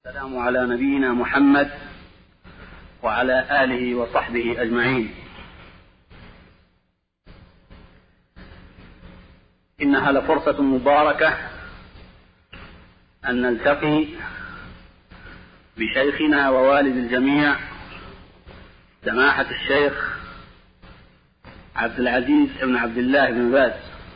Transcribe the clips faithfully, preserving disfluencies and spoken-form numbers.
السلام على نبينا محمد وعلى آله وصحبه أجمعين. إنها لفرصة مباركة أن نلتقي بشيخنا ووالد الجميع سماحة الشيخ عبد العزيز بن عبد الله بن باز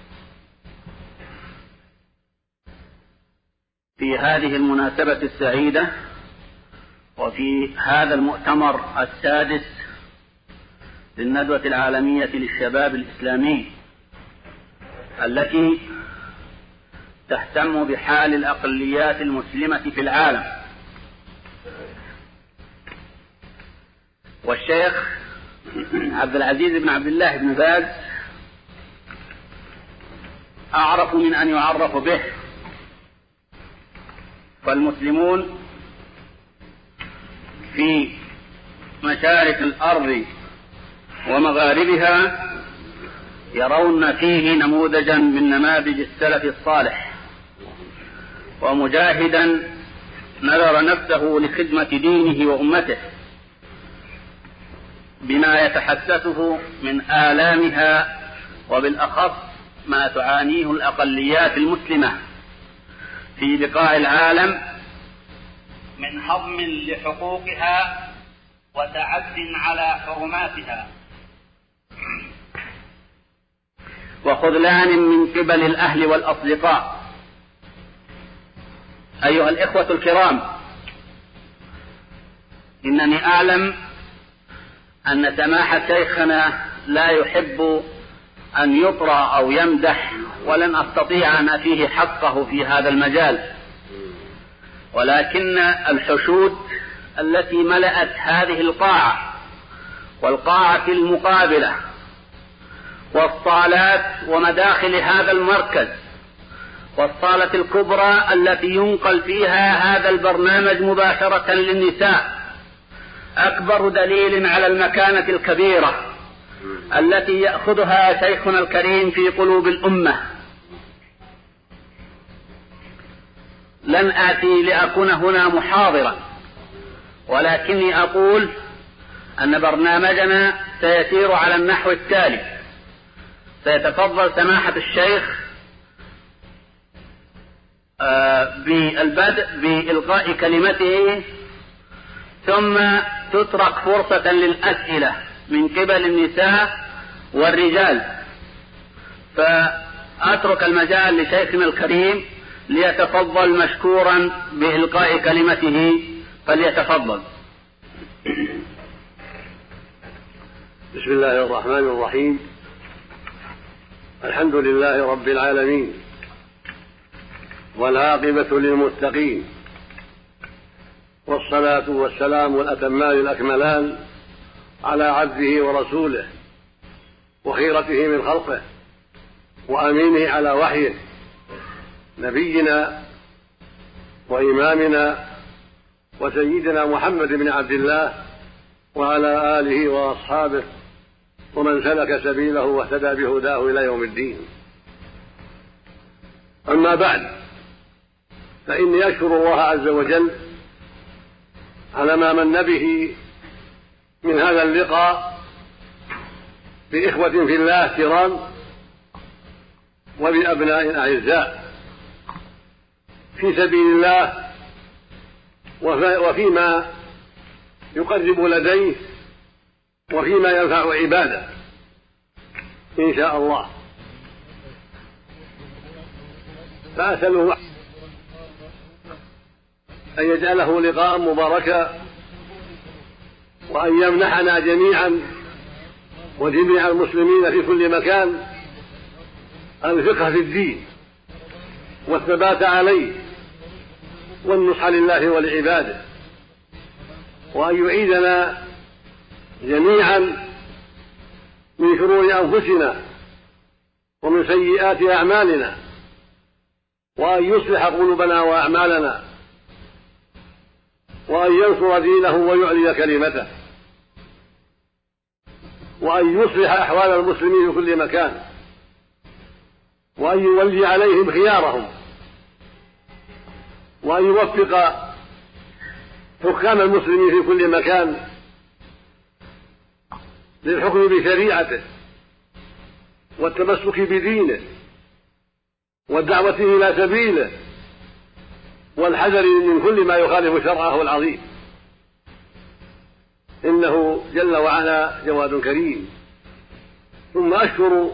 في هذه المناسبة السعيدة وفي هذا المؤتمر السادس للندوة العالمية للشباب الإسلامي التي تهتم بحال الأقليات المسلمة في العالم. والشيخ عبد العزيز بن عبد الله بن باز أعرف من أن يعرف به، فالمسلمون في مشارق الأرض ومغاربها يرون فيه نموذجا من نماذج السلف الصالح، ومجاهدا نذر نفسه لخدمة دينه وأمته بما يتحسسه من آلامها، وبالأخص ما تعانيه الأقليات المسلمة في بقاع العالم من هضم لحقوقها وتعد على حرماتها وخذلان من قبل الأهل والأصدقاء. أيها الإخوة الكرام، إنني أعلم أن سماحة شيخنا لا يحب أن يطرى أو يمدح، ولن أستطيع أن أفيه حقه في هذا المجال، ولكن الحشود التي ملأت هذه القاعة والقاعة المقابلة والصالات ومداخل هذا المركز والصالة الكبرى التي ينقل فيها هذا البرنامج مباشرة للنساء أكبر دليل على المكانة الكبيرة التي يأخذها شيخنا الكريم في قلوب الأمة. لن آتي لأكون هنا محاضرا، ولكني أقول أن برنامجنا سيسير على النحو التالي: سيتفضل سماحة الشيخ بالبدء بإلقاء كلمته، ثم تترك فرصة للأسئلة من قبل النساء والرجال، فأترك المجال لشيخنا الكريم ليتفضل مشكورا بإلقاء كلمته، فليتفضل. بسم الله الرحمن الرحيم. الحمد لله رب العالمين، والعاقبة للمتقين، والصلاة والسلام الأتمان الأكملان على عبده ورسوله وخيرته من خلقه وأمينه على وحيه، نبينا وإمامنا وسيدنا محمد بن عبد الله وعلى آله وأصحابه ومن سلك سبيله واهتدى بهداه إلى يوم الدين. أما بعد، فإني أشكر الله عز وجل على ما من به من هذا اللقاء بإخوة في الله كرام وبأبناء أعزاء في سبيل الله، وفيما يقرب لديه وفيما ينفع عباده إن شاء الله. فأسأله أن يجعله لقاء مباركا، وأن يمنحنا جميعا وجميع المسلمين في كل مكان الفقه في الدين والثبات عليه والنصح لله ولعباده، وأن يعيذنا جميعا من شرور أنفسنا ومن سيئات أعمالنا، وأن يصلح قلوبنا وأعمالنا، وأن ينصر دينه ويعلي كلمته، وأن يصلح أحوال المسلمين في كل مكان، وأن يولي عليهم خيارهم، وأن يوفق حكام المسلمين في كل مكان للحكم بشريعته والتمسك بدينه والدعوة إلى سبيله والحذر من كل ما يخالف شرعه العظيم، إنه جل وعلا جواد كريم. ثم أشكر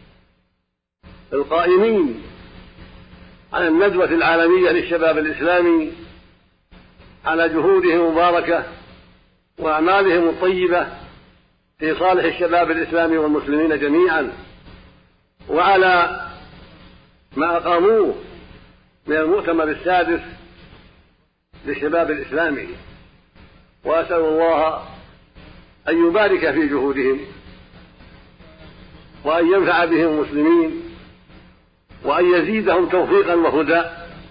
القائمين على الندوة العالمية للشباب الإسلامي على جهودهم المباركة وأعمالهم الطيبة في صالح الشباب الإسلامي والمسلمين جميعا، وعلى ما أقاموه من المؤتمر السادس للشباب الإسلامي، وأسأل الله أن يبارك في جهودهم وأن ينفع بهم المسلمين وأن يزيدهم توفيقا وهدى،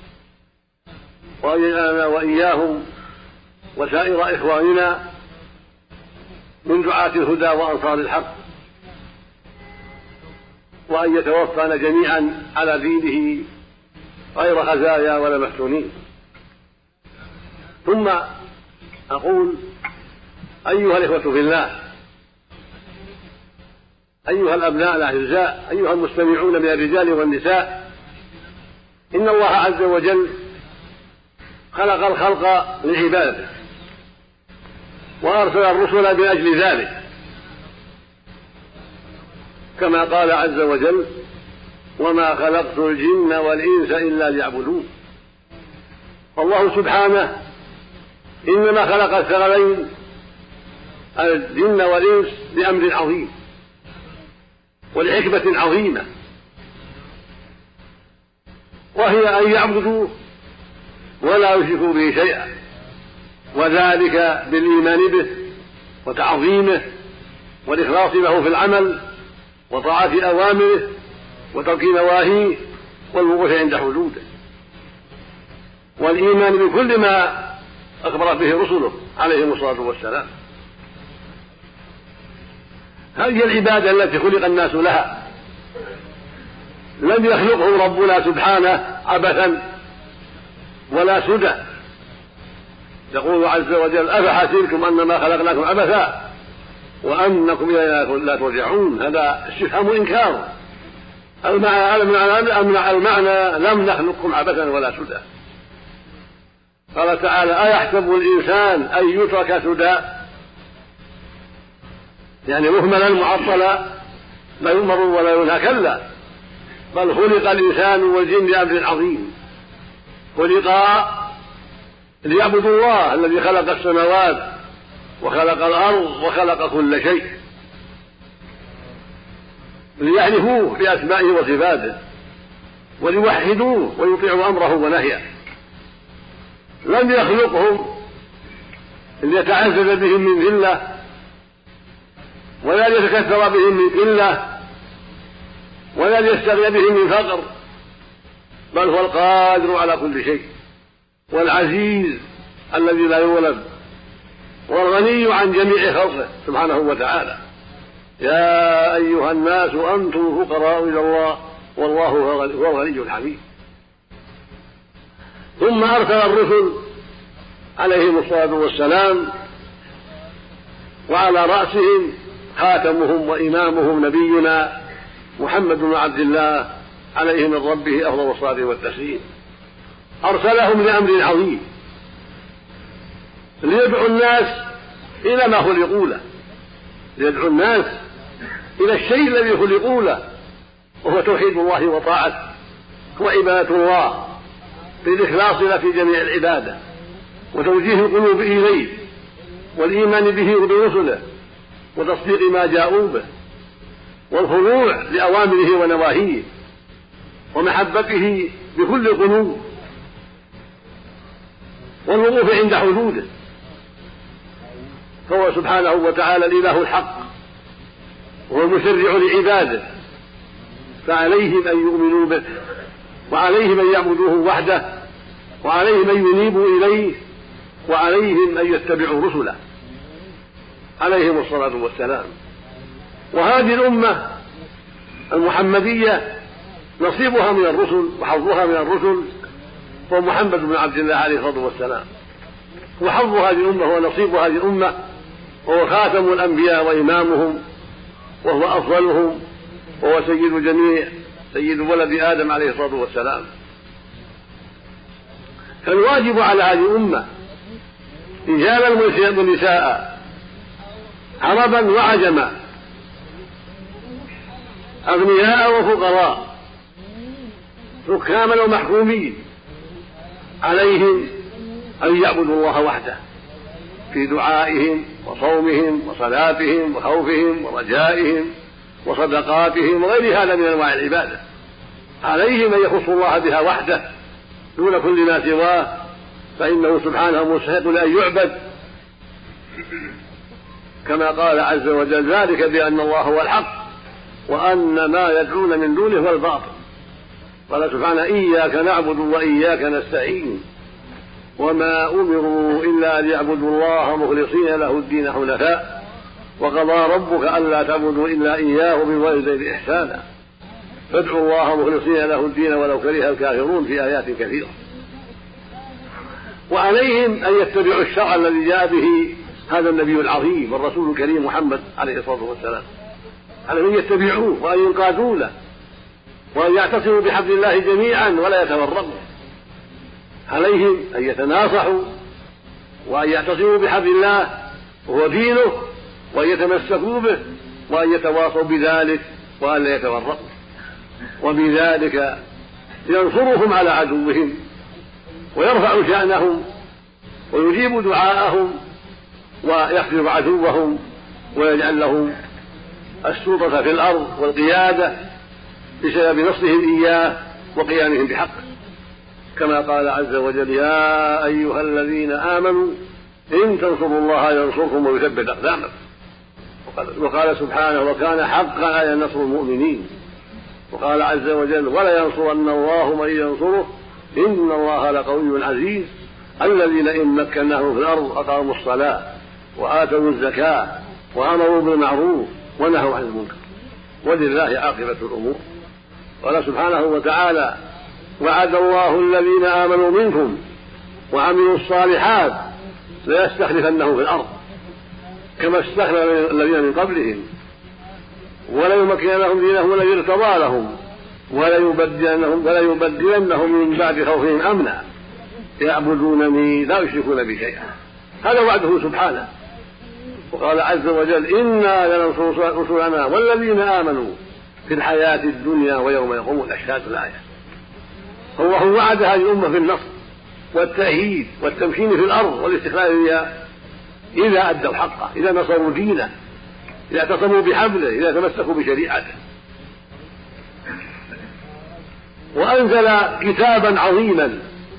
وأن يجعلنا وإياهم وسائر إخواننا من دعاة الهدى وأنصار الحق، وأن يتوفانا جميعا على دينه غير خزايا ولا مفتونين. ثم أقول أيها الإخوة في الله، أيها الأبناء الأعزاء، أيها المستمعون من الرجال والنساء، إن الله عز وجل خلق الخلق لعبادته وأرسل الرسل من أجل ذلك، كما قال عز وجل: وما خلقت الجن والإنس إلا ليعبدون. فالله سبحانه إنما خلق الثقلين الجن والإنس لأمر عظيم ولحكمة عظيمة، وهي أن يعبدوه ولا يشركوا به شيئا، وذلك بالإيمان به وتعظيمه والإخلاص له في العمل وطاعة أوامره وترك نواهيه والوقوف عند حدوده، والإيمان بكل ما أخبرت به رسله عليهم الصلاة والسلام. هذه العبادة التي خلق الناس لها، لم يخلقهم ربنا سبحانه عبثا ولا سدى. يقول عز وجل: أفحسبتم أنما خلقناكم عبثا وأنكم إلينا لا ترجعون. هذا استفهام إنكار. المعنى, المعنى لم نخلقكم عبثا ولا سدى. قال تعالى: أيحسب الإنسان أن يترك سدى، يعني مهملا معطلا لا يؤمر ولا ينهى، كلا، بل خلق الإنسان والجن لأمر عظيم. خلقا ليعبدوا الله الذي خلق السماوات وخلق الأرض وخلق كل شيء، ليعرفوه بأسمائه وصفاته وليوحدوه ويطيعوا أمره ونهيه. لم يخلقهم ليتعزز بهم من ذلة ولا ليتكثر بهم من قلة ولا ليستغني بهم من فقر، بل هو القادر على كل شيء والعزيز الذي لا يولد والغني عن جميع خلقه سبحانه وتعالى. يا أيها الناس أنتم الفقراء إلى الله والله هو الغني الحميد. ثم أرسل الرسل عليهم الصلاة والسلام، وعلى رأسهم خاتمهم وإمامهم نبينا محمد بن عبد الله عليه من ربه أفضل الصلاة والتسليم. أرسلهم لأمر عظيم، ليدعو الناس إلى ما خلقوا له، ليدعو الناس إلى الشيء الذي خلقوا له، وهو توحيد الله وطاعته وعبادة الله بالإخلاص له في جميع العبادة وتوجيه القلوب إليه والإيمان به وبرسله وتصديق ما جاءوا به والخضوع لأوامره ونواهيه ومحبته بكل القلوب والوقوف عند حدوده. فهو سبحانه وتعالى الإله الحق وهو المشرع لعباده، فعليهم أن يؤمنوا به وعليهم أن يعبدوه وحده وعليهم أن ينيبوا إليه وعليهم أن يتبعوا رسله عليهم الصلاة والسلام. وهذه الأمة المحمدية نصيبها من الرسل وحظها من الرسل هو محمد بن عبد الله عليه الصلاة والسلام، وحظ هذه الأمة ونصيب هذه الأمة، وهو خاتم الأنبياء وإمامهم، وهو أفضلهم، وهو سيد الجميع، سيد ولد آدم عليه الصلاة والسلام. فالواجب على هذه الأمة رجالا ونساء، عربا وعجما، أغنياء وفقراء، حكاما ومحكومين، عليهم أن يعبدوا الله وحده في دعائهم وصومهم وصلاتهم وخوفهم ورجائهم وصدقاتهم وغير هذا من أنواع العبادة. عليهم أن يخصوا الله بها وحده دون كل ما سواه، فإنه سبحانه مستحق لأن يعبد، كما قال عز وجل: ذلك بأن الله هو الحق وأن ما يدعون من دونه هو الباطل. قال سبحانه: إياك نعبد وإياك نستعين وما أمروا إلا ليعبدوا الله مخلصين له الدين حنفاء وقضى ربك ألا تعبدوا إلا إياه وبالوالدين إحسانا فادعوا الله مخلصين له الدين ولو كره الكافرون في آيات كثيرة. وعليهم أن يتبعوا الشرع الذي جاء به هذا النبي العظيم والرسول الكريم محمد عليه الصلاة والسلام، عليهم أن يتبعوه وأن ينقادوا له وأن يعتصموا بحبل الله جميعا ولا يتفرقوا. عليهم أن يتناصحوا وأن يعتصموا بحبل الله وهو دينه وأن يتمسكوا به وأن يتواصوا بذلك وأن لا يتفرقوا، وبذلك ينصرهم على عدوهم ويرفع شأنهم ويجيب دعاءهم ويخذل عدوهم ويجعل لهم السلطة في الأرض والقيادة بسبب نصرهم إياه وقيامهم بحقه، كما قال عز وجل: يا أيها الذين آمنوا إن تنصروا الله ينصركم ويثبت أقدامكم. وقال سبحانه: وكان حقا على نصر المؤمنين. وقال عز وجل: ولا ينصرن الله من ينصره إن الله لقوي عزيز الذين إن مكناهم في الأرض أقاموا الصلاة وآتوا الزكاة وأمروا بالمعروف ونهوا عن المنكر ولله عاقبة الأمور. قال سبحانه وتعالى: وعد الله الذين آمنوا منكم وعملوا الصالحات ليستخلفنهم في الأرض كما استخلف الذين من قبلهم وليمكن لهم دينهم الذي ارتضى لهم وليبدلنهم وليبدلنهم من بعد خوفهم أمنا يعبدونني لا يشركون بي شيئا. هذا وعده سبحانه. وقال عز وجل: إنا لننصر رسلنا والذين آمنوا في الحياة الدنيا ويوم يقوم الأشهاد. الآية. هو وعد هذه الأمة في النصر والتأهيد والتمكين في الأرض والاستقلال بها إذا أدوا حقه، إذا نصروا دينه، إذا اعتصموا بحبله، إذا تمسكوا بشريعته. وأنزل كتابا عظيما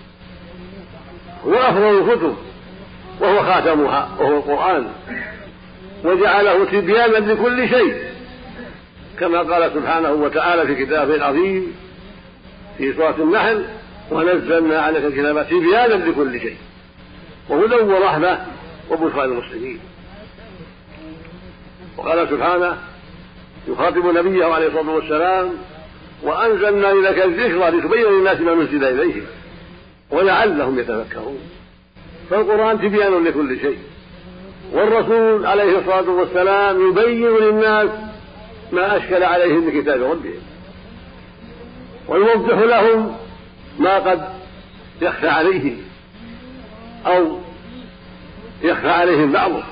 هو أفضل الكتب وهو خاتمها وهو القرآن، وجعله تبيانا لكل شيء كما قال سبحانه وتعالى في كتابه العظيم في سورة النحل: ونزلنا عليك الكتاب تبيانا لكل شيء وهدى ورحمة وبشرى للمسلمين. وقال سبحانه يخاطب نبيه عليه الصلاة والسلام: وأنزلنا إليك الذكر لتبين للناس ما نزل إليهم ولعلهم يتفكرون. فالقرآن تبيان لكل شيء، والرسول عليه الصلاة والسلام يبين للناس ما أشكل عليهم من كتاب ربهم ويوضح لهم ما قد يخفى عليهم أو يخفى عليهم بعضه.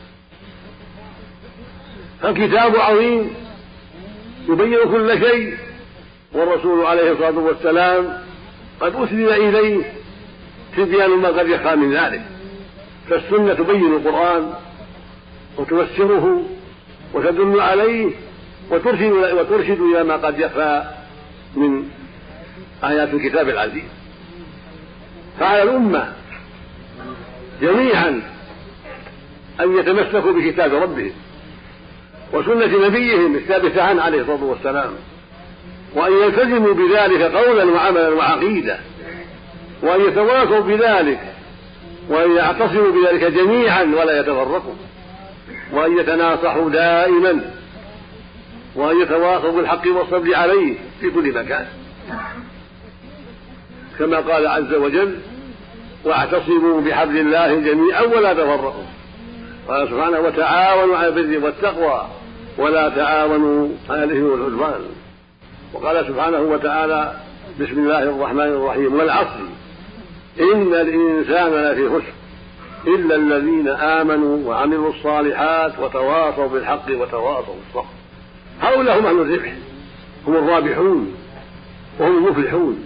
فالكتاب عظيم يبين كل شيء، والرسول عليه الصلاة والسلام قد أسند إليه تبيان ما قد يخفى من ذلك. فالسنة تبين القرآن وتفسره وتدل عليه وترشد, وترشد إلى ما قد يخفى من آيات الكتاب العزيز. فعلى الأمة جميعا أن يتمسكوا بكتاب ربهم وسنة نبيهم الثابتة عنه عليه الصلاة والسلام، وأن يلتزموا بذلك قولا وعملا وعقيدة، وأن يتواصوا بذلك وأن يعتصموا بذلك جميعا ولا يتفرقوا، وأن يتناصحوا دائما، وأن يتواصوا بالحق والصبر عليه في كل مكان، كما قال عز وجل: واعتصموا بحبل الله جميعا ولا تفرقوا. قال سبحانه وتعاونوا على البر والتقوى ولا تعاونوا على الإثم والعدوان. وقال سبحانه وتعالى بسم الله الرحمن الرحيم والعصر إن الإنسان لفي خسر إلا الذين آمنوا وعملوا الصالحات وتواصوا بالحق وتواصوا بالصبر. هؤلاء هم أهل الربح، هم الرابحون وهم المفلحون،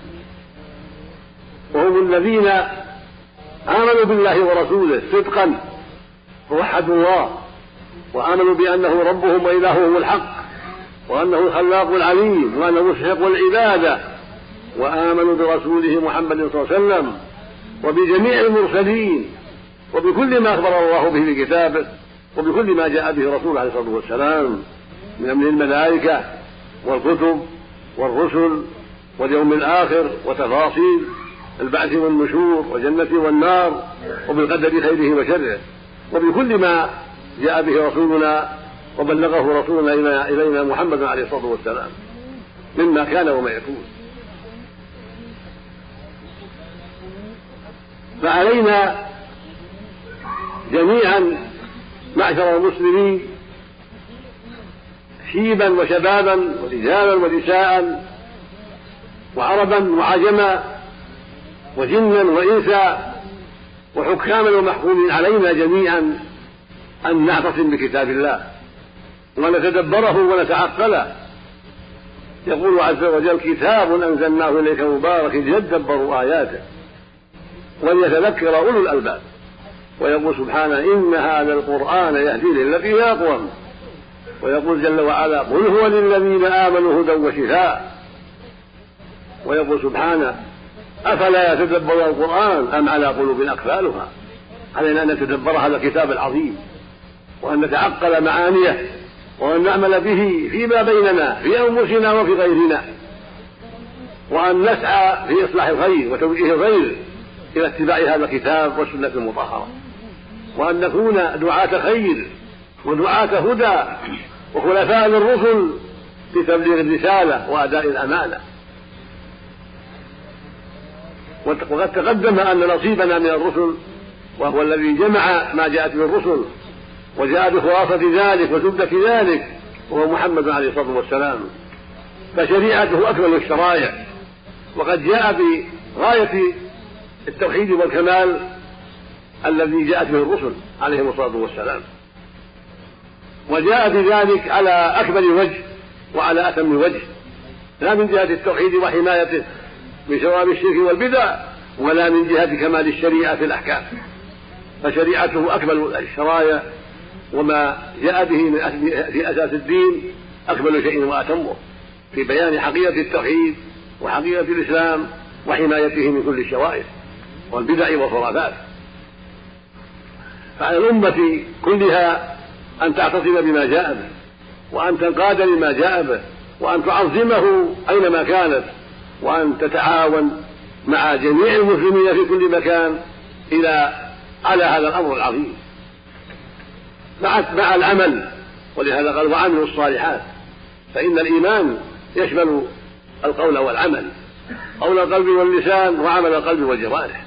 وهم الذين آمنوا بالله ورسوله صدقا ووحدوا الله وآمنوا بأنه ربهم وإلههم الحق وأنه الخلاق العليم وأنه مستحق العبادة، وآمنوا برسوله محمد صلى الله عليه وسلم وبجميع المرسلين وبكل ما أخبر الله به في كتابه وبكل ما جاء به رسوله عليه الصلاة والسلام من أمر الملائكة والكتب والرسل واليوم الآخر وتفاصيل البعث والنشور والجنة والنار وبالقدر خيره وشره وبكل ما جاء به رسولنا وبلغه رسولنا إلينا محمد عليه الصلاة والسلام مما كان وما يكون. فعلينا جميعا معشر المسلمين شيبا وشبابا ورجالا ونساء وعربا وعجما وجنا وإنسا وحكاما ومحكومين علينا جميعا أن نعتصم بكتاب الله ونتدبره ونتعقله. يقول عز وجل كتاب أنزلناه إليك مبارك ليدبروا آياته وليتذكر أولو الألباب. ويقول سبحانه إن هذا القرآن يهدي للتي هي أقوم. ويقول جل وعلا قل هو للذين آمنوا هدى وشفاء. ويقول سبحانه أفلا يتدبرون القرآن أم على قلوب أقفالها. علينا أن نتدبر هذا الكتاب العظيم وأن نتعقل معانيه وأن نعمل به فيما بيننا في أنفسنا وفي غيرنا، وأن نسعى في إصلاح الخير وتوجيه الخير إلى اتباع هذا الكتاب والسنة المطهرة، وأن نكون دعاة خير ودعاة هدى وخلفاء للرسل في تبليغ الرسالة وأداء الأمانة. وقد تقدم أن نصيبنا من الرسل وهو الذي جمع ما جاءت به الرسل وجاء بخلاصة ذلك وزبدة ذلك وهو محمد عليه الصلاة والسلام، فشريعته أكمل الشرائع وقد جاء بغاية التوحيد والكمال الذي جاءت به الرسل عليهم الصلاة والسلام، وجاء بذلك على أكمل وجه وعلى أتم وجه، لا من جهة التوحيد وحمايته من شوائب الشرك والبدع ولا من جهة كمال الشريعة في الأحكام، فشريعته أكمل الشرائع وما جاء به في أساس الدين أكمل شيء وأتمه في بيان حقيقة التوحيد وحقيقة الإسلام وحمايته من كل الشوائب والبدع والخرافات. فعلى الأمة كلها أن تعتصم بما جاء به وأن تنقاد لما جاء به وأن تعظمه أينما كانت وأن تتعاون مع جميع المسلمين في كل مكان إلى على هذا الأمر العظيم مع العمل. ولهذا قال وعملوا الصالحات، فإن الإيمان يشمل القول والعمل، قول القلب واللسان وعمل القلب والجوارح،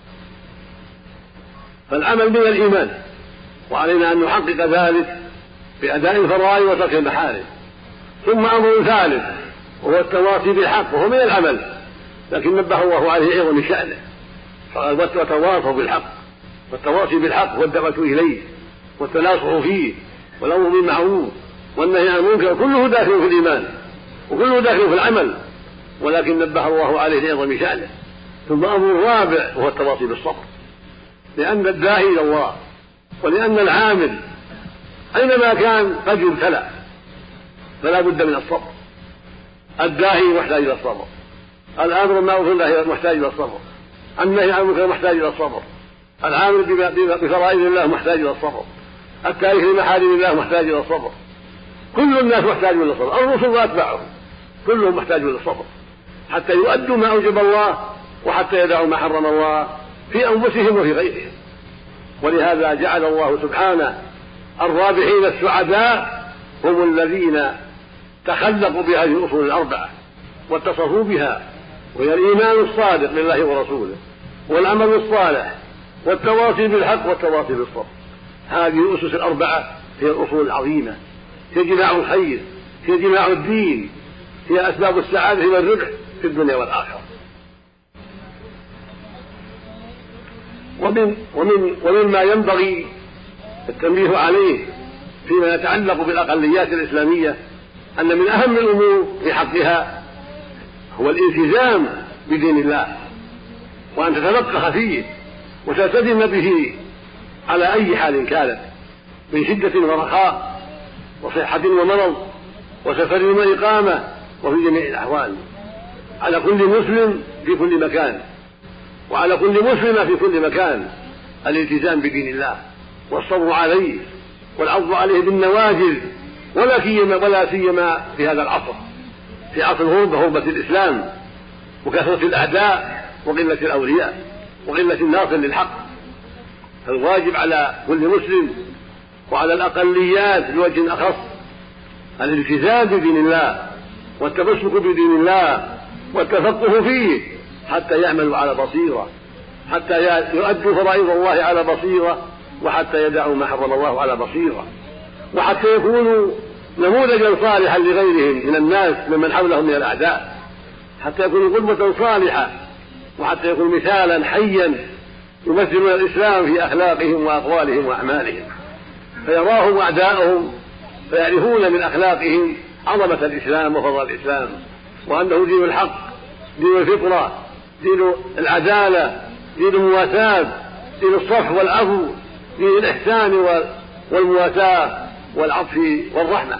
فالعمل من الإيمان وعلينا أن نحقق ذلك بأداء الفرائض وترك المحارم. ثم أمر ثالث وهو التواصي بالحق وهو من العمل، لكن نبه الله عليه أيضا من شأنه فقال وتواصوا بالحق، والتواصي بالحق والدعوة إليه والتناصح فيه والأمر بالمعروف والنهي عن المنكر كله داخل في الإيمان وكله داخل في العمل، ولكن نبه الله عليه أيضا من شأنه. ثم أمر رابع وهو التواصي بالصبر، لأن الداعي إلى الله ولأن العامل أينما كان قد يبتلى فلا بد من الصبر. الداعي محتاج إلى الصبر، الآمر بالمعروف والنهي محتاج إلى الصبر، النهي عن المنكر محتاج إلى الصبر، العامل بفرائض الله محتاج إلى الصبر، التارك لمحارم الله محتاج إلى الصبر. كل الناس محتاج إلى الصبر، الرسل وأتباعهم كلهم محتاج إلى الصبر حتى يؤدوا ما أوجب الله وحتى يدعوا ما حرم الله في أنفسهم وفي غيرهم. ولهذا جعل الله سبحانه الرابحين السعداء هم الذين تخلقوا بهذه الأصول الأربعة واتصفوا بها، وهي الإيمان الصادق لله ورسوله والعمل الصالح والتواصي بالحق والتواصي بالصبر. هذه الأسس الأربعة هي الأصول العظيمة، هي جماع الخير، هي جماع الدين، هي أسباب السعادة والربح في الدنيا والآخرة. ومن ومن ومما ينبغي التنبيه عليه فيما يتعلق بالأقليات الإسلامية أن من أهم الأمور في حقها هو الالتزام بدين الله، وأن تتفقه فيه وتلتزم به على أي حال كانت، من شدة ورخاء وصحة ومرض وسفر وإقامة، وفي جميع الأحوال، على كل مسلم في كل مكان وعلى كل مسلمة في كل مكان الالتزام بدين الله والصبر عليه والعض عليه بالنواجذ، ولا سيما ولا سيما في هذا العصر، في عصر الغربة، غربة الإسلام وكثرة الأعداء وقلة الأولياء وقلة الناصر للحق. فالواجب على كل مسلم وعلى الأقليات بوجه أخص الالتزام بدين الله والتمسك بدين الله والتفقه فيه حتى يعملوا على بصيرة، حتى يؤدوا فرائض الله على بصيرة، وحتى يدعوا ما حرم الله على بصيرة، وحتى يكونوا نموذجا صالحا لغيرهم من الناس ممن حولهم من الأعداء، حتى يكونوا قدوة صالحة، وحتى يكونوا مثالا حيا يمثلون الإسلام في أخلاقهم وأقوالهم وأعمالهم، فيراهم أعداؤهم فيعرفون من أخلاقهم عظمة الإسلام وفضل الإسلام، وأنه دين الحق، دين الفطرة، دين العدالة، دين المواساة، دين الصفح والعفو، دين الإحسان والمواساة والعطف والرحمة.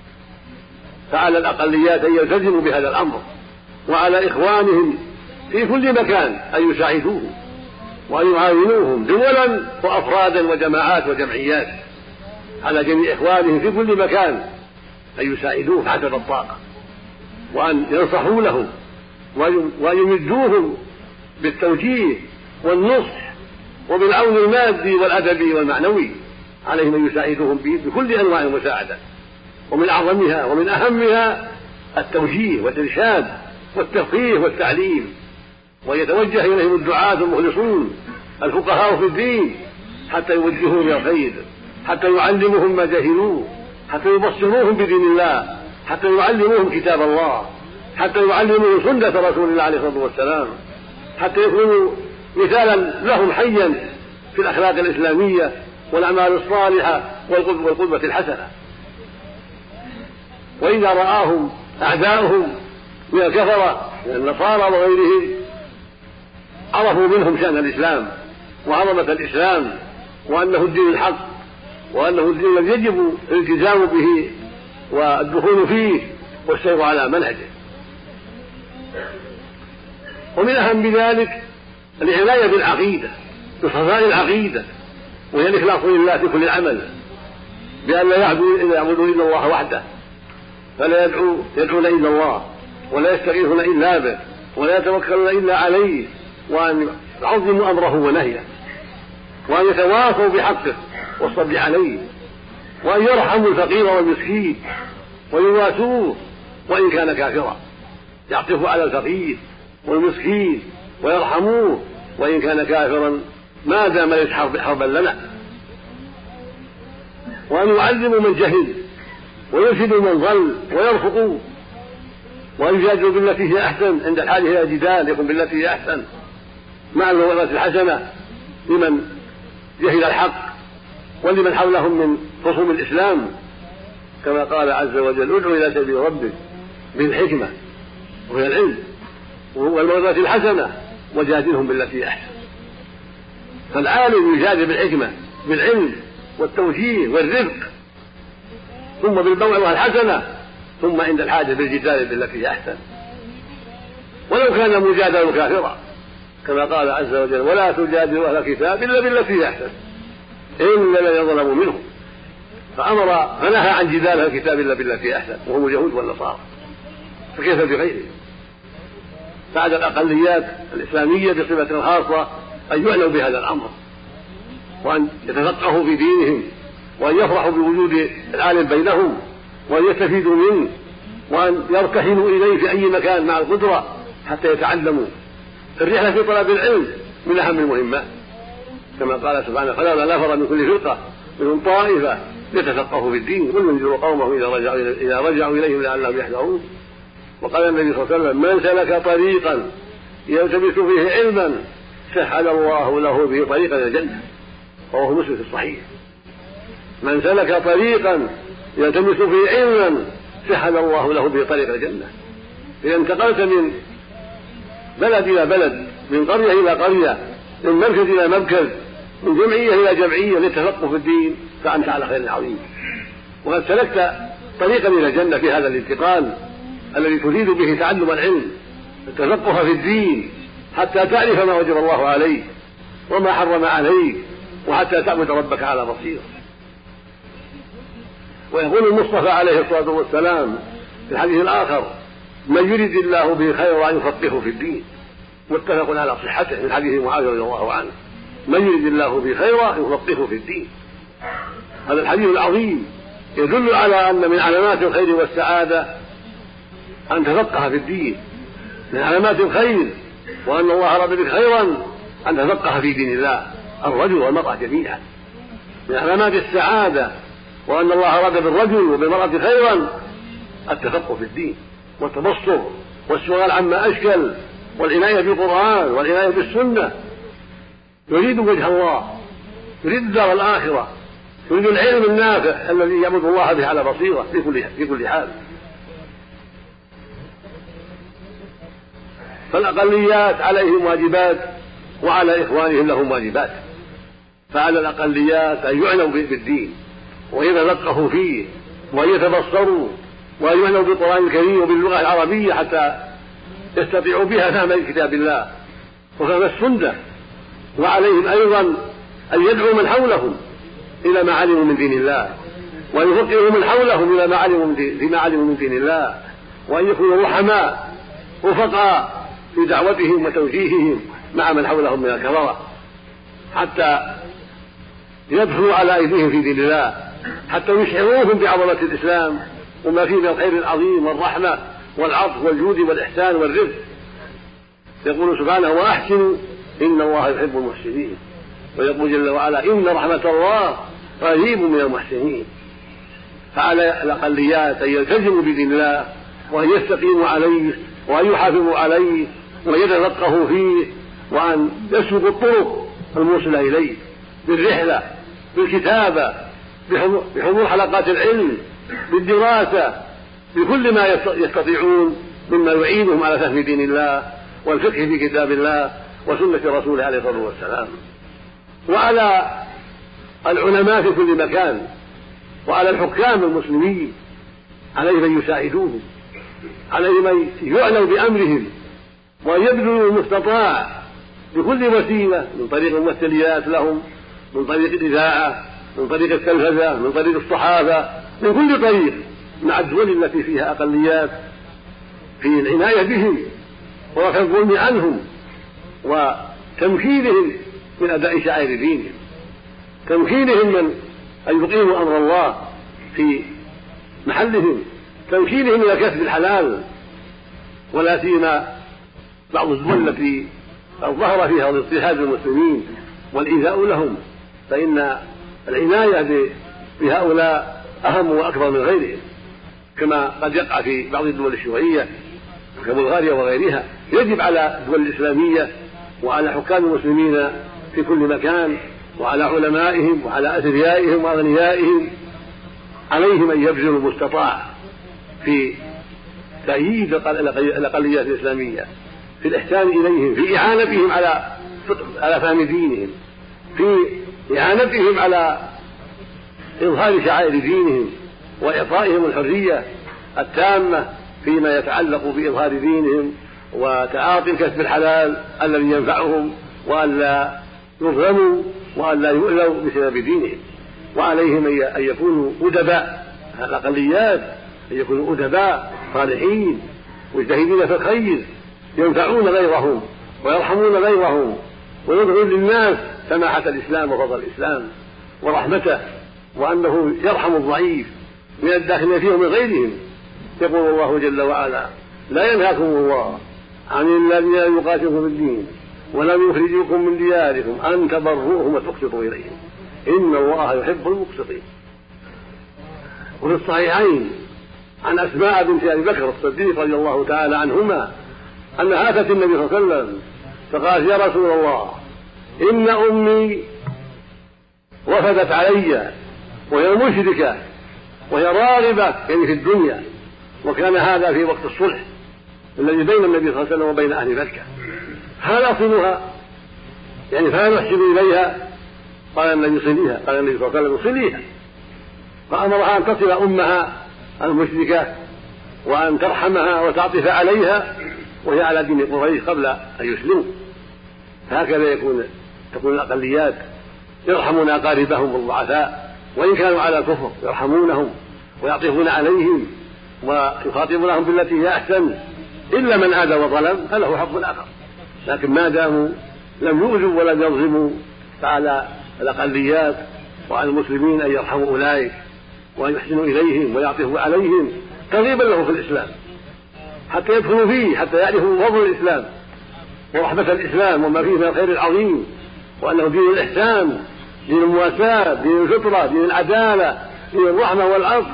فعلى الأقليات أن يلتزموا بهذا الأمر، وعلى إخوانهم في كل مكان أن يساعدوهم وأن يعاونوهم دولا وأفرادا وجماعات وجمعيات، على جميع إخوانهم في كل مكان أن يساعدوه حسب الطاقة، وأن ينصحوا لهم وأن يمدوهم بالتوجيه والنصح وبالعون المادي والأدبي والمعنوي. عليهم أن يساعدوهم بكل أنواع المساعدة، ومن أعظمها ومن أهمها التوجيه والإرشاد والتفقيه والتعليم، ويتوجه إليهم الدعاة المخلصون الفقهاء في الدين حتى يوجهوهم إلى الخير، حتى يعلموهم ما جهلوه، حتى يبصروهم بدين الله، حتى يعلموهم كتاب الله، حتى يعلموهم سنة رسول الله عليه الصلاة والسلام، حتى يكونوا مثالا لهم حيا في الأخلاق الإسلامية والأعمال الصالحة والقدوة الحسنة. وإذا رآهم أعداؤهم من الكفرة من النصارى وغيرهم عرفوا منهم شأن الإسلام وعظمة الإسلام، وأنه الدين الحق، وأنه الدين الذي يجب الالتزام به والدخول فيه والسير على منهجه. ومن أهم ذلك العناية بالعقيدة، بصفاء العقيدة، وهي الإخلاص لله في كل عمل، بأن لا يعبدوا إلا الله وحده، فلا يدعو يدعون إلا الله، ولا يستغيثون إلا به، ولا يتوكلون إلا عليه، وأن يعظموا أمره ونهيه، وأن يتواصوا بحقه والصبر عليه، وأن يرحموا الفقير والمسكين ويواسوه وإن كان كافرا، يعطفوا على الفقير والمسكين ويرحموه وإن كان كافرا ما دام ليس حربا لنا، وأن يعلموا من جهل ويرشدوا من ضل ويرفقوا، وأن يجادلوا بالتي هي أحسن، عند الحاجة إلى جدال يكون بالتي هي أحسن مع الموعظة الحسنة لمن جهل الحق ولمن حولهم من خصوم الإسلام، كما قال عز وجل: ادعو إلى سبيل ربك بالحكمة وهي العلم والموعظة الحسنة وجادلهم بالتي هي أحسن. فالعالم يجادل بالحكمة بالعلم والتوجيه والرفق، ثم بالموعظة الحسنة، ثم عند الحاجة بالجدال بالتي هي أحسن، ولو كان مجادل كافرا، كما قال عز وجل: ولا تجادلوا أهل الكتاب إلا بالتي هي أحسن إلا الذين ظلموا منهم. فأمر فنهى عن جدال أهل الكتاب إلا بالتي هي أحسن، وهم اليهود والنصارى، فكيف بغيرهم؟ بعد الأقليات الإسلامية بصفة خاصة أن يعنوا بهذا الأمر، وأن يتفقهوا في دينهم، وأن يفرحوا بوجود العالم بينهم، وأن يستفيدوا منه، وأن يرتحلوا إليه في أي مكان مع القدرة حتى يتعلموا. الرحلة في طلب العلم من أهم المهمات، كما قال سبحانه: فلولا نفر من كل فرقة منهم طائفة يتفقهوا في الدين ولينذروا قومهم إذا رجعوا إذا رجعوا إليهم لعلهم يحذرون. وقال النبي صلى الله عليه وسلم: من سلك طريقا يلتمس فيه علما سهل الله له به طريقا إلى الجنة، رواه مسلم في الصحيح. من سلك طريقا يلتمس فيه علما سهل الله له به طريقا إلى الجنة. إذا انتقلت من بلد إلى بلد، من قرية إلى قرية، من مركز إلى مركز، من جمعية إلى جمعية للتفقه في الدين، فأنت على خير عظيم، وقد سلكت طريقا إلى الجنة في هذا الانتقال الذي تريد به تعلم العلم، التفقه في الدين، حتى تعرف ما وجب الله عليك وما حرم عليك، وحتى تعبد ربك على بصيرة. ويقول المصطفى عليه الصلاة والسلام في الحديث الآخر: من يرد الله به خيرا يفقهه في الدين، متفق على صحته، من حديث معاذ رضي الله عنه: من يرد الله به خيرا يفقهه في الدين. هذا الحديث العظيم يدل على أن من علامات الخير والسعادة أن تفقه في الدين، من علامات الخير وأن الله أراد بك خيرا أن تفقه في دين الله، الرجل والمرأة جميعا. من علامات السعادة وأن الله أراد بالرجل وبالمرأة خيرا التفقه في الدين والتبصر والسؤال عما أشكل، والعناية بالقرآن والعناية بالسنة. يريد وجه الله، يريد الدار الآخرة، يريد العلم النافع الذي يعبد الله به على بصيرة في كل في كل حال. فالأقليات عليهم واجبات وعلى إخوانهم لهم واجبات. فعلى الأقليات أن يعنوا بالدين ويتفقهوا فيه ويتبصروا ويعنوا بالقرآن الكريم وباللغة العربية حتى يستطيعوا بها فهم كتاب الله وفهم السنة. وعليهم أيضا أن يدعوا من حولهم إلى ما علموا من دين الله، وأن يفقهوا من حولهم إلى ما علموا فيما علموا من دين الله، وأن يكونوا رحماء رفقاء في دعوتهم وتوجيههم مع من حولهم من الكفرة، حتى يدخلوا على أيديهم في دين الله، حتى يشعروهم بعظمة الإسلام وما فيه من الخير العظيم والرحمة والعطف والجود والإحسان والرفق. يقول سبحانه: وأحسنوا إن الله يحب المحسنين. ويقول جل وعلا: إن رحمة الله قريب من المحسنين. فعلى الأقليات أن يلتزموا بدين الله وأن يستقيموا عليه وأن يحافظوا عليه وأن يتفقهوا فيه، وأن يسلكوا الطرق الموصلة إليه بالرحلة، بالكتابة، بحضور حلقات العلم، بالدراسة، بكل ما يستطيعون مما يعينهم على فهم دين الله والفقه في كتاب الله وسنة رسوله عليه الصلاة والسلام. وعلى العلماء في كل مكان وعلى الحكام المسلمين عليهم أن يساعدوهم، عليهم أن يعنوا بأمرهم وأن يبذلوا المستطاع بكل وسيلة، من طريق الممثليات لهم، من طريق الإذاعة، من طريق التلفزة، من طريق الصحافة، من كل طريق، مع الدول التي فيها أقليات، في العناية بهم ورفع الظلم عنهم وتمكينهم من أداء شعائر دينهم، تمكينهم من أن يقيموا أمر الله في محلهم، تمكينهم من كسب الحلال. ولا سيما بعض الدول التي ظهر فيها اضطهاد المسلمين والإيذاء لهم، فإن العناية بهؤلاء أهم وأكبر من غيرهم، كما قد يقع في بعض الدول الشيوعية كبلغاريا وغيرها. يجب على الدول الإسلامية وعلى حكام المسلمين في كل مكان وعلى علمائهم وعلى أثريائهم وأغنيائهم، عليهم أن يبذلوا المستطاع في تأييد الأقليات الإسلامية، في الإحسان إليهم، في إعانتهم على على فهم دينهم، في إعانتهم على إظهار شعائر دينهم وإعطائهم الحرية التامة فيما يتعلق بإظهار دينهم وتعاطي كسب الحلال الذي ينفعهم، وألا يظلموا وألا يؤذوا بسبب دينهم. وعليهم أن يكونوا أدباء، الأقليات أن يكونوا أدباء صالحين مجتهدين في الخير، ينفعون غيرهم ويرحمون غيرهم ويظهرون للناس سماحة الإسلام وفضل الإسلام ورحمته، وأنه يرحم الضعيف من الداخلين فيه ومن غيرهم. يقول الله جل وعلا: لا ينهاكم الله عن الذين يقاتلون في الدين ولم يخرجوكم من دياركم أن تبروهم وتقسطوا إليهم إن الله يحب المقسطين. وفي الصحيحين عن أسماء بنت أبي بكر الصديق رضي الله تعالى عنهما أنها أتت النبي صلى الله عليه وسلم فقالت يا رسول الله إن أمي وفدت علي وهي مشركة وهي راغبة يعني في الدنيا، وكان هذا في وقت الصلح الذي بين النبي صلى الله عليه وسلم وبين أهل مكة، هل أصلها يعني فلا نحسن إليها؟ قال النبي صليها، قال النبي صلى الله عليه وسلم صليها، فأمرها أن تصل أمها المشركة وأن ترحمها وتعطف عليها وهي على دين قريش قبل أن يسلموا. فهكذا يكون تكون الأقليات يرحمون أقاربهم الضعفاء وإن كانوا على كفر، يرحمونهم ويعطفون عليهم ويخاطبونهم بالتي هي أحسن، إلا من آذى وظلم فله حق آخر، لكن ما داموا لم يؤذوا ولم يظلموا فعلى الأقليات وعلى المسلمين أن يرحموا أولئك وأن يحسنوا إليهم ويعطفوا عليهم ترغيبا له في الإسلام حتى يدخلوا فيه، حتى يعرفوا فضل الإسلام ورحمة الإسلام وما فيه من الخير العظيم، وأنه دين الإحسان، دين المواساة، دين الفطرة، دين العدالة، دين الرحمة والعطف.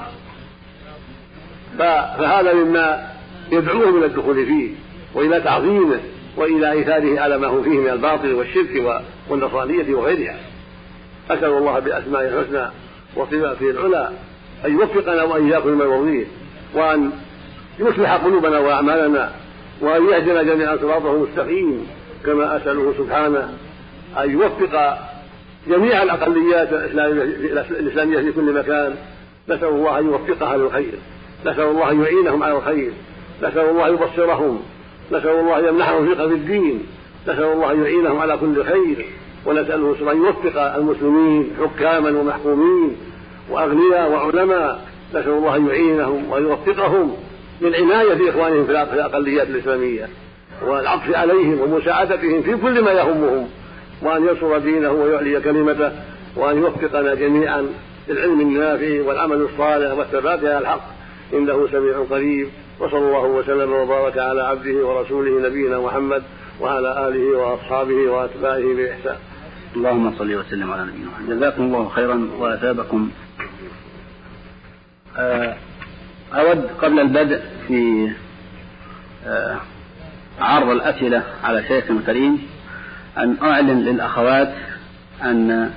فهذا مما يدعوهم إلى الدخول فيه وإلى تعظيمه وإلى إيثاره على ما هو فيه من الباطل والشرك والنصرانية وغيرها. أسأل الله بأسمائه الحسنى وصفاته العلى أن يوفقنا وإياكم لما يرضيه، وأن يصلح قلوبنا وأعمالنا، وأن يهدنا جميعا صراطه المستقيم، كما أسأله سبحانه أن يوفق جميع الأقليات الإسلامية في كل مكان. نسأل الله أن يوفقها للخير، نسأل الله أن يعينهم على الخير، نسأل الله أن يبصرهم، نسأل الله أن يمنحهم فقه في الدين، نسأل الله أن يعينهم على كل خير، ونسأله سبحانه أن يوفق المسلمين حكاما ومحكومين وأغنياء وعلماء، نسأل الله أن يعينهم وأن يوفقهم للعناية بإخوانهم في الأقليات الإسلامية والعطف عليهم ومساعدتهم في كل ما يهمهم، وأن ينصر دينه ويعلي كلمته، وأن يوفقنا جميعا للعلم النافع والعمل الصالح والثبات على الحق، إنه سميع قريب. وصلى الله وسلم وبارك على عبده ورسوله نبينا محمد وعلى آله وأصحابه وأتباعه بإحسان. اللهم صل وسلم على نبينا محمد. جزاكم الله خيرا وأثابكم. أود قبل البدء في عرض الأسئلة على شيخنا الكريم أن أعلن للأخوات أن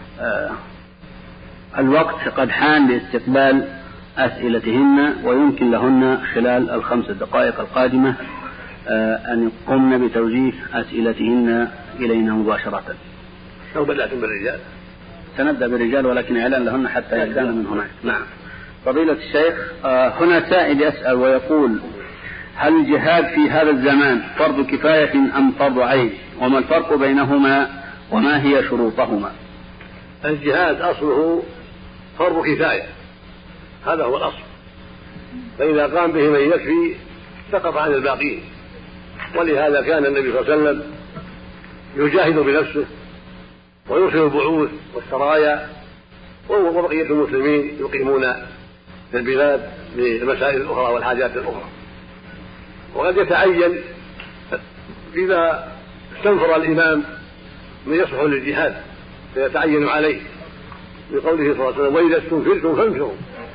الوقت قد حان لاستقبال أسئلتهن، ويمكن لهن خلال الخمس دقائق القادمة أن يقومن بتوجيه أسئلتهن إلينا مباشرة. أو بدأتم بالرجال؟ سنبدأ بالرجال، ولكن إعلان لهن حتى يكون من هناك. نعم. فضيلة الشيخ، هنا سائل يسأل ويقول: هل الجهاد في هذا الزمان فرض كفاية أم فرض عين؟ وما الفرق بينهما وما هي شروطهما؟ الجهاد أصله فرض كفاية، هذا هو الأصل، فإذا قام به من يكفي سقط عن الباقين، ولهذا كان النبي صلى الله عليه وسلم يجاهد بنفسه ويرسل البعوث والسرايا، وبقية المسلمين يقيمون في البلاد للمسائل الأخرى والحاجات الأخرى. وقد يتعين إذا استنفر الإمام من يصلح للجهاد فيتعين عليه بقوله صلى الله عليه وسلم: وإذا استنفرتم فانفروا.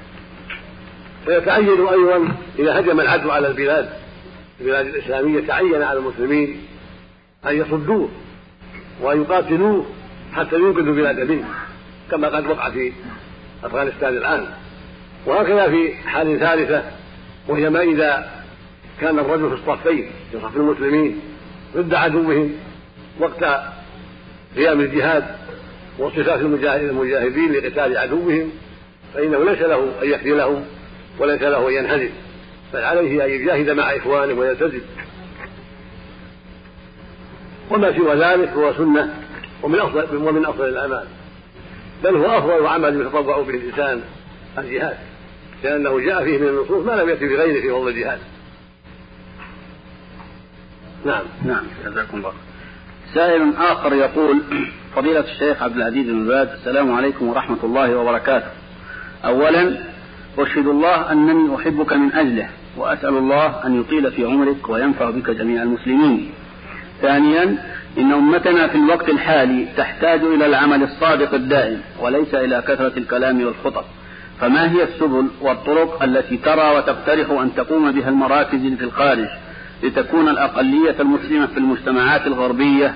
فيتعين أيضا إذا هجم العدو على البلاد البلاد الإسلامية تعين على المسلمين أن يصدوه وأن يقاتلوه حتى ينقذوا بلاد منه، كما قد وقع في أفغانستان الآن. وهكذا في حال ثالثة، وهي ما إذا كان الرجل في الصفين في صف المسلمين ضد عدوهم وقت قيام الجهاد وصفات المجاهدين لقتال عدوهم، فإنه ليس له أن يخذلهم وليس له أن ينهزم، بل عليه أن يجاهد مع إخوانه ويلتزم. وما سوى ذلك هو سنة ومن أفضل ومن أفضل الأعمال، بل هو أفضل عمل يتطوع به الإنسان الجهاد، لأنه جاء فيه من النصوص ما لم يأتي بغيره في فضل الجهاد. نعم نعم جزاكم الله. سائل آخر يقول: فضيلة الشيخ عبد العزيز بن باز، السلام عليكم ورحمة الله وبركاته. أولا أشهد الله أنني أحبك من أجله، وأسأل الله أن يطيل في عمرك وينفع بك جميع المسلمين. ثانيا، إن أمتنا في الوقت الحالي تحتاج إلى العمل الصادق الدائم وليس إلى كثرة الكلام والخطب. فما هي السبل والطرق التي ترى وتقترح أن تقوم بها المراكز في الخارج لتكون الأقلية المسلمة في المجتمعات الغربية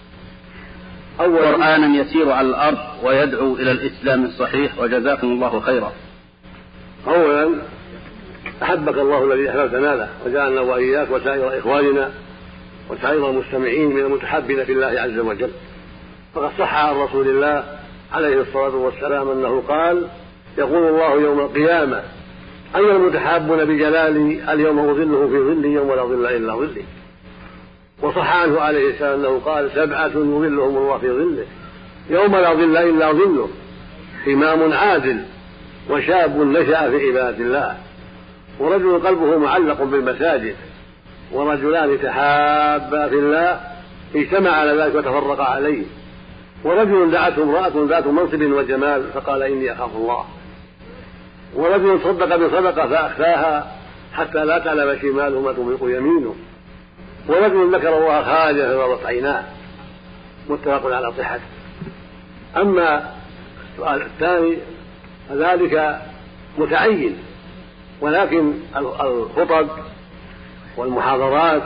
قرآنا يسير على الأرض ويدعو إلى الإسلام الصحيح؟ وجزاكم الله خيرا. أولا، أحبك الله الذي أحببتنا له وجعلنا وإياك وسائر إخواننا وسائر المستمعين من المتحابين في الله عز وجل. فقد صح عن رسول الله عليه الصلاة والسلام أنه قال: يقول الله يوم القيامة: أين المتحابون بجلالي اليوم أظله في ظلي يوم لا ظل إلا ظلي. وصح عنه عليه السلام أنه قال: سبعة يظلهم الله في ظله يوم لا ظل إلا ظله: إمام عادل، وشاب نشأ في عبادة الله، ورجل قلبه معلق بالمساجد، ورجلان تحابا في الله اجتمع على ذلك وتفرقا عليه، ورجل دعته امرأة ذات منصب وجمال فقال: إني أخاف الله، ورجل صدق بصدقة فأخفاها حتى لا تعلم شماله ما تنفق يمينه، ورجل ذكر الله خاليا ففاضت عيناه. متفق على صحته. أما السؤال الثاني فذلك متعين، ولكن الخطب والمحاضرات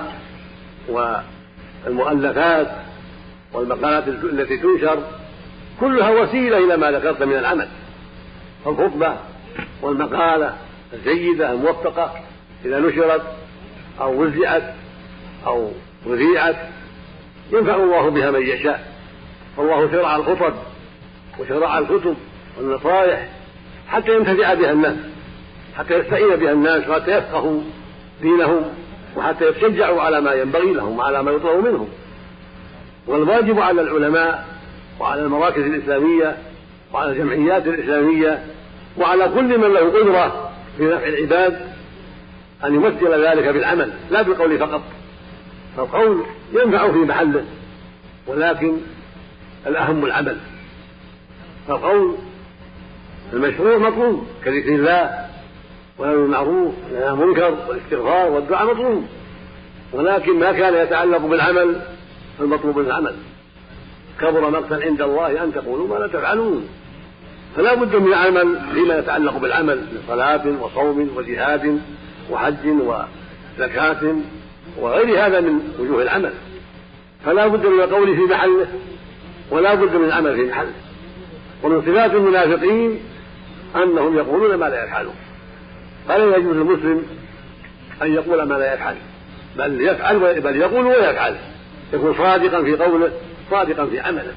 والمؤلفات والمقالات التي تنشر كلها وسيلة إلى ما ذكرت من العمل. الخطبة والمقالة الجيدة الموفقة إذا نشرت أو وزعت أو وذيعت ينفع الله بها من يشاء. فالله شرع الخطب وشرع الكتب والنصائح حتى ينتفع بها الناس، حتى يستعين بها الناس، وحتى يفقهوا دينهم، وحتى يتشجعوا على ما ينبغي لهم وعلى ما يطلب منهم. والواجب على العلماء وعلى المراكز الإسلامية وعلى الجمعيات الإسلامية وعلى كل من له قدرة في نفع العباد أن يمثل ذلك بالعمل لا بالقول فقط. فالقول ينفع في محله، ولكن الأهم العمل. فالقول المشروع مطلوب كذكر الله والأمر بالمعروف والنهي عن المنكر والاستغفار والدعاء مطلوب، ولكن ما كان يتعلق بالعمل فالمطلوب العمل. كبر مقتا عند الله أن تقولوا ما لا تفعلون. فلا بد من العمل فيما يتعلق بالعمل من صلاة وصوم وجهاد وحج وزكاة وغير هذا من وجوه العمل. فلا بد من القول في محله ولا بد من العمل في محله. ومن صفات المنافقين أنهم يقولون ما لا يفعلون. فلا يجوز للمسلم أن يقول ما لا يفعل، بل يفعل بل يقول ويفعل، يكون صادقا في قوله صادقا في عمله.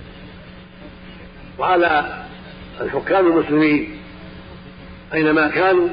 وعلى الحكام المسلمين أينما كانوا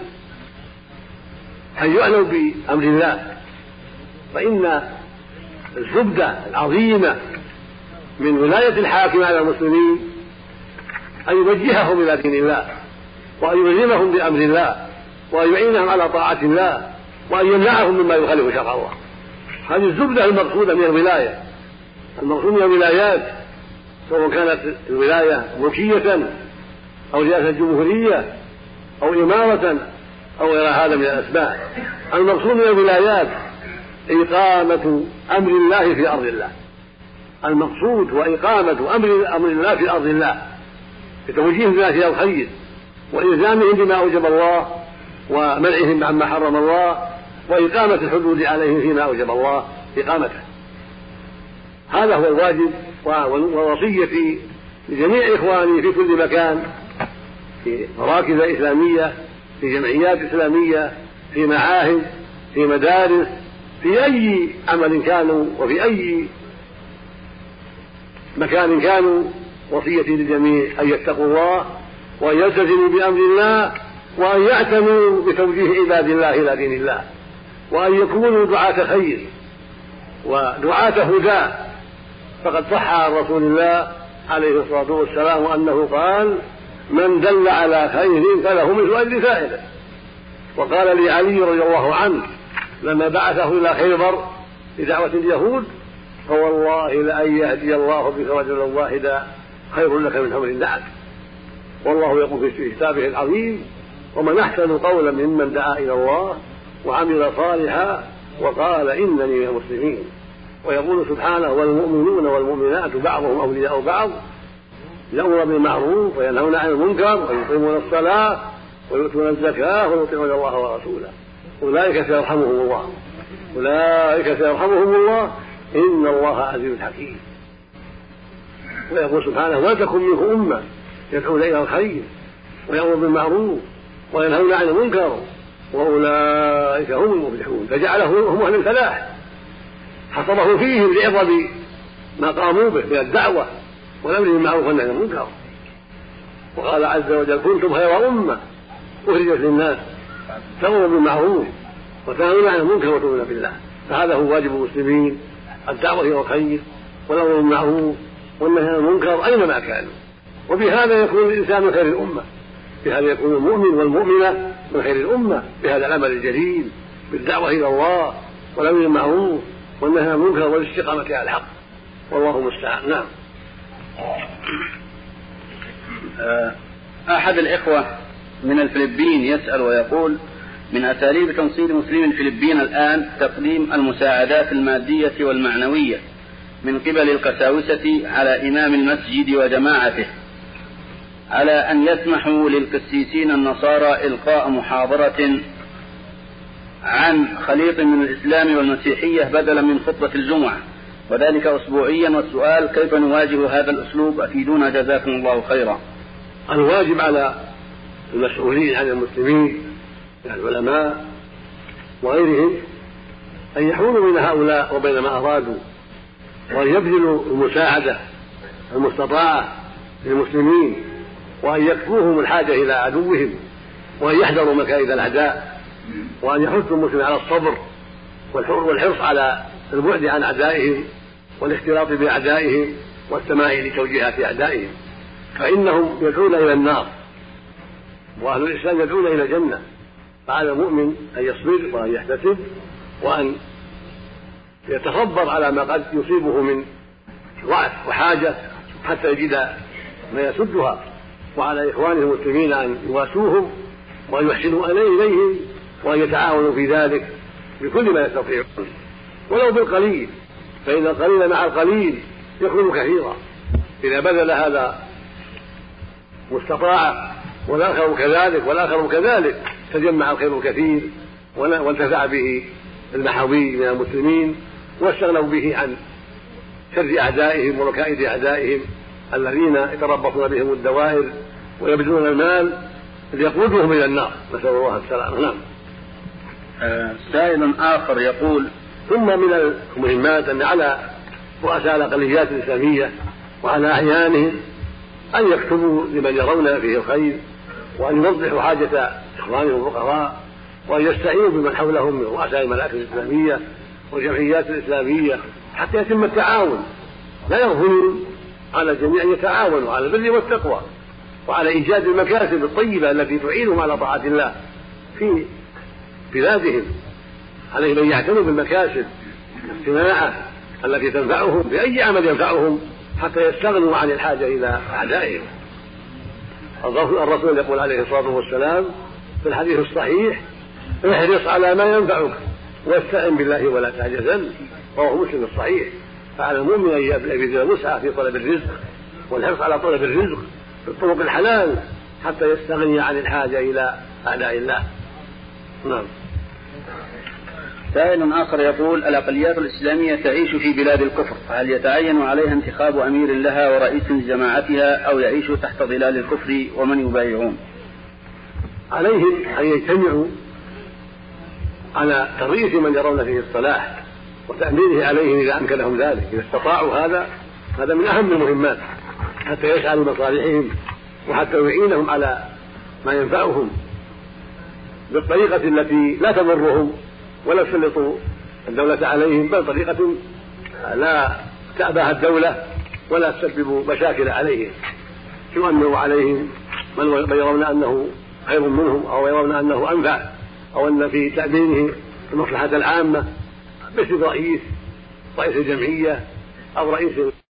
أن يعلوا بأمر الله، فإن الزبدة العظيمة من ولاية الحاكم على المسلمين أن يوجههم إلى دين الله، وأن يلزمهم بأمر الله، وأن يعينهم على طاعة الله، وأن يمنعهم مما يخالف شرع الله. هذه الزبدة المقصودة من الولاية. المقصود من الولايات سواء كانت الولاية ملكية أو رئاسة جمهورية أو إمارة أو غير هذا من الأسباب. المقصود من الولايات إقامة أمر الله في أرض الله. المقصود هو إقامة أمر أمر الله في أرض الله بتوجيه الناس إلى الخير وإلزامهم بما أوجب الله ومنعهم عما حرم الله وإقامة الحدود عليهم فيما أوجب الله إقامته. هذا هو الواجب ووصيتي لجميع إخواني في كل مكان، في مراكز إسلامية، في جمعيات إسلامية، في معاهد، في مدارس، في أي عمل كانوا وفي أي مكان كانوا. وصيتي للجميع أن يتقوا الله وأن يلتزموا بأمر الله وأن يعتنوا بتوجيه عباد الله إلى دين الله، وأن يكونوا دعاة خير ودعاة هدى. فقد صح عن رسول الله عليه الصلاة والسلام أنه قال: من دل على خير فله مثل أجر فاعله. وقال لعلي رضي الله عنه لما بعثه إلى خيبر لدعوة اليهود: فوالله لأن يهدي الله بك رجلا واحدا خير لك من حمر النعم. والله يقول في كتابه العظيم: ومن أحسن قولا ممن دعا إلى الله وعمل صالحا وقال إنني من المسلمين. ويقول سبحانه والمؤمنون والمؤمنات بعضهم أولياء بعض يأمرون بالمعروف وينهون عن المنكر ويقيمون الصلاة ويؤتون الزكاة ويطيعون الله ورسوله أولئك سيرحمهم الله أولئك سيرحمهم الله إن الله عزيز حكيم. ويقول سبحانه ولتكن منكم أمة يدعون إلى الخير ويأمرون بالمعروف وينهون عن المنكر وأولئك هم المفلحون. فجعلهم هم أهل الفلاح حصره فيهم لعظم ما قاموا به من الدعوة والأمر بالمعروف والنهي عن المنكر. وقال عز وجل كنتم خير أمة أخرجت للناس تأمرون بالمعروف وتنهون عن المنكر وتؤمنون بالله. فهذا هو واجب المسلمين الدعوة إلى الخير والأمر بالمعروف والنهي عن المنكر أينما كانوا. وبهذا يكون الإنسان من خير الأمة بهذا يكون المؤمن والمؤمنة من خير الأمة بهذا العمل الجليل بالدعوة إلى الله والأمر بالمعروف والنهي عن المنكر والاستقامة على الحق والله المستعان. نعم. أحد الإخوة من الفلبين يسأل ويقول من أساليب تنصير مسلمي الفلبين الآن تقديم المساعدات المادية والمعنوية من قبل القساوسة على إمام المسجد وجماعته على أن يسمحوا للقسيسين النصارى إلقاء محاضرة عن خليط من الإسلام والمسيحية بدلا من خطبة الجمعة وذلك أسبوعيا. والسؤال كيف نواجه هذا الأسلوب؟ أفيدونا جزاكم الله خيرا. الواجب على المسؤولين عن المسلمين من العلماء وغيرهم أن يحولوا بين هؤلاء وبين ما أرادوا وأن يبذلوا المساعدة المستطاعة للمسلمين وأن يكفوهم الحاجة إلى عدوهم وأن يحذروا مكائد الأعداء وأن يحثوا المسلمين على الصبر والحرص على البعد عن أعدائهم والاختلاط بأعدائهم والسماع لتوجيهات أعدائهم فإنهم يدعون إلى النار وأهل الإسلام يدعون إلى الجنة. فعلى المؤمن أن يصبر وأن يحتسب وأن يتصبر على ما قد يصيبه من ضعف وحاجة حتى يجد ما يسدها وعلى إخوانه المسلمين أن يواسوهم وأن يحسنوا إليهم وأن يتعاونوا في ذلك بكل ما يستطيعون ولو بالقليل فإن القليل مع القليل يكون كثيرا. إذا بذل هذا مستطاع والآخر كذلك والآخر كذلك تجمع الخير الكثير وانتفع به المحاوي من المسلمين واستغنوا به عن شر أعدائهم ومكائد أعدائهم الذين يتربصون بهم الدوائر ويبذلون المال ليقودهم إلى النار نسأل الله السلامة. نعم. آه سائل آخر يقول ثم من المهمات أن على رؤساء الأقليات الإسلامية وعلى أعيانهم أن يكتبوا لمن يرون فيه الخير وأن يوضحوا حاجة إخوانهم الفقراء وأن يستعينوا بمن حولهم من رؤساء المراكز الإسلامية والجمعيات الإسلامية حتى يتم التعاون. لا يغفلون على الجميع أن يتعاونوا على البر والتقوى وعلى إيجاد المكاسب الطيبة التي تعينهم على طاعة الله في بلادهم. عليهم أن يعتنوا بالمكاسب الصناعة التي تنفعهم بأي عمل ينفعهم حتى يستغنوا عن الحاجة إلى أعدائهم. الرسول يقول عليه الصلاة والسلام في الحديث الصحيح احرص على ما ينفعك واستعن بالله ولا تعجزن رواه مسلم الصحيح. فعلى المؤمن أن يبذل الوسع في طلب الرزق والحرص على طلب الرزق في الطرق الحلال حتى يستغني عن الحاجة إلى أعداء الله. نعم. سائل آخر يقول الأقليات الإسلامية تعيش في بلاد الكفر فهل يتعين عليها انتخاب أمير لها ورئيس لجماعتها أو يعيش تحت ظلال الكفر ومن يبايعون؟ عليهم أن يجتمعوا على ترئيس من يرون فيه الصلاح وتأمينه عليهم إذا أمكن لهم ذلك. إذا استطاعوا هذا هذا من أهم المهمات حتى يسعوا لمصالحهم وحتى يعينهم على ما ينفعهم بالطريقة التي لا تضرهم ولا تسلط الدولة عليهم بل طريقة لا تأباها الدولة ولا تسبب مشاكل عليهم يؤمر عليهم من يرون أنه خير منهم أو يرون أنه أنفع أو أن في تأمينه المصلحة العامة مثل رئيس رئيس الجمعية أو رئيس